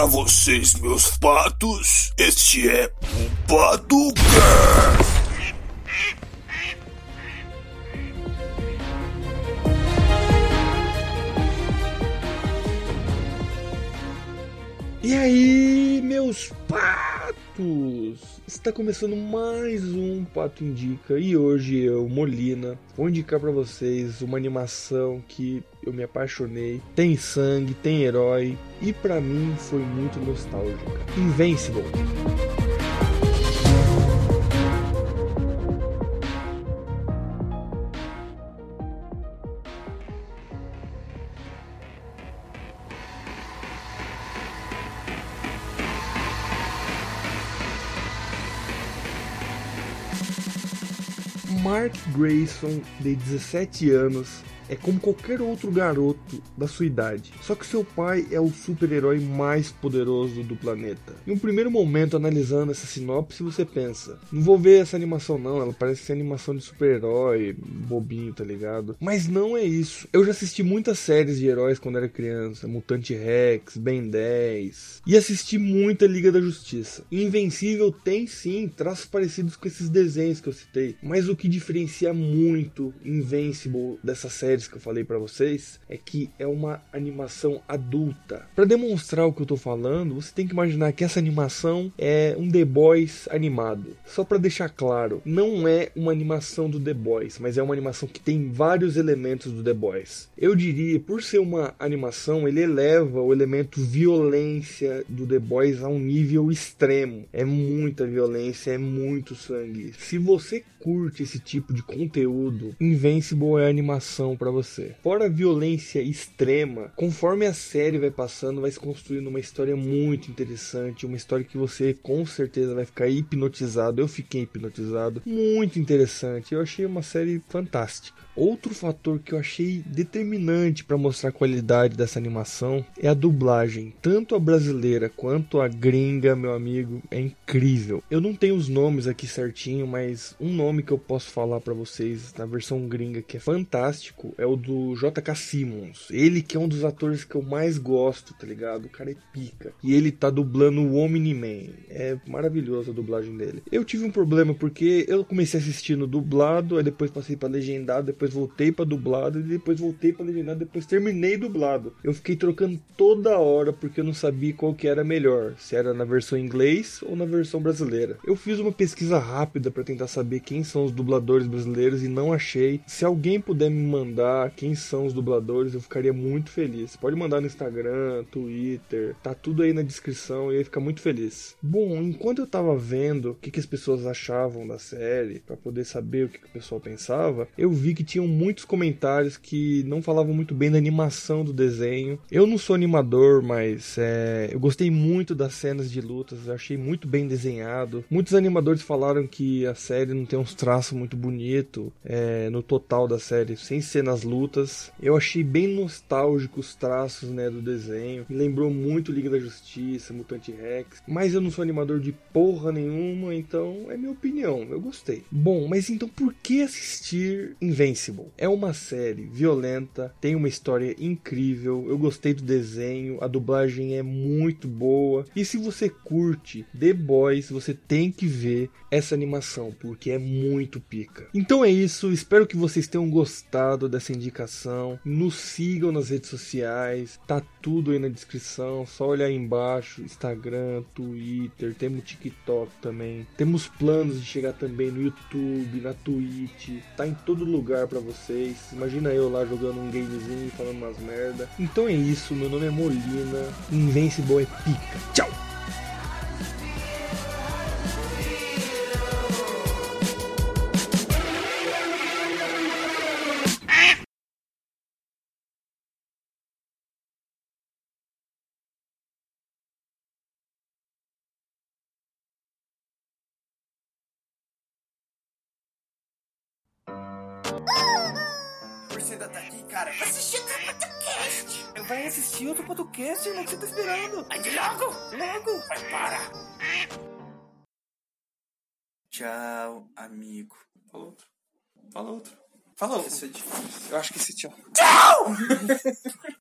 Para vocês, meus patos, este é o PatoCast. E aí, meus patos? Está começando mais um Pato Indica e hoje eu, Molina, vou indicar pra vocês uma animação que eu me apaixonei. Tem sangue, tem herói e pra mim foi muito nostálgica. Invincible. Mark Grayson, de 17 anos, é como qualquer outro garoto da sua idade, só que seu pai é o super-herói mais poderoso do planeta. Em um primeiro momento, analisando essa sinopse, você pensa, não vou ver essa animação não, ela parece ser animação de super-herói, bobinho, tá ligado? Mas não é isso. Eu já assisti muitas séries de heróis quando era criança, Mutante Rex, Ben 10, e assisti muita Liga da Justiça. Invencível tem sim traços parecidos com esses desenhos que eu citei, mas o que diferencia muito Invincible dessas séries que eu falei pra vocês é que é uma animação adulta. Pra demonstrar o que eu tô falando, você tem que imaginar que essa animação é um The Boys animado. Só pra deixar claro, não é uma animação do The Boys, mas é uma animação que tem vários elementos do The Boys. Eu diria, por ser uma animação, ele eleva o elemento violência do The Boys a um nível extremo. É muita violência, é muito sangue. Se você curte esse tipo de conteúdo, Invincible é a animação pra você. Fora a violência extrema, conforme a série vai passando, vai se construindo uma história muito interessante, uma história que você com certeza vai ficar hipnotizado. Eu fiquei hipnotizado, muito interessante. Eu achei uma série fantástica. Outro fator que eu achei determinante para mostrar a qualidade dessa animação é a dublagem. Tanto a brasileira quanto a gringa, meu amigo, é incrível. Eu não tenho os nomes aqui certinho, mas um nome que eu posso falar para vocês na versão gringa que é fantástico é o do J.K. Simmons. Ele que é um dos atores que eu mais gosto, tá ligado? O cara é pica. E ele tá dublando o Omni-Man. É maravilhosa a dublagem dele. Eu tive um problema porque eu comecei assistindo dublado, aí depois passei pra legendado, depois voltei pra dublado e depois voltei pra legendado, depois terminei dublado. Eu fiquei trocando toda hora porque eu não sabia qual que era melhor, se era na versão em inglês ou na versão brasileira. Eu fiz uma pesquisa rápida pra tentar saber quem são os dubladores brasileiros e não achei. Se alguém puder me mandar quem são os dubladores, eu ficaria muito feliz. Pode mandar no Instagram, Twitter, tá tudo aí na descrição e eu ia ficar muito feliz. Bom, enquanto eu tava vendo o que as pessoas achavam da série, pra poder saber o que o pessoal pensava, eu vi que tinham muitos comentários que não falavam muito bem da animação do desenho. Eu não sou animador, mas eu gostei muito das cenas de lutas, eu achei muito bem desenhado. Muitos animadores falaram que a série não tem uns traços muito bonitos no total da série, sem ser nas lutas. Eu achei bem nostálgico os traços, né, do desenho. Me lembrou muito Liga da Justiça, Mutante Rex. Mas eu não sou animador de porra nenhuma, então é minha opinião. Eu gostei. Bom, mas então por que assistir Invincible? É uma série violenta, tem uma história incrível. Eu gostei do desenho, a dublagem é muito boa. E se você curte The Boys, você tem que ver essa animação, porque é muito pica. Então é isso, espero que vocês tenham gostado dessa indicação. Nos sigam nas redes sociais, tá tudo aí na descrição, só olhar aí embaixo, Instagram, Twitter, temos TikTok também. Temos planos de chegar também no YouTube, na Twitch, tá em todo lugar pra vocês. Imagina eu lá jogando um gamezinho, falando umas merda. Então é isso, meu nome é Molina, Invincible é pica. Tchau! Você ainda tá aqui, cara? Assistir outro podcast. Vai assistir outro podcast, irmão, que você tá esperando? Ande logo. Logo. Vai, para. Tchau, amigo. Fala outro. Fala outro. Fala outro. Eu acho que esse tchau. Tchau!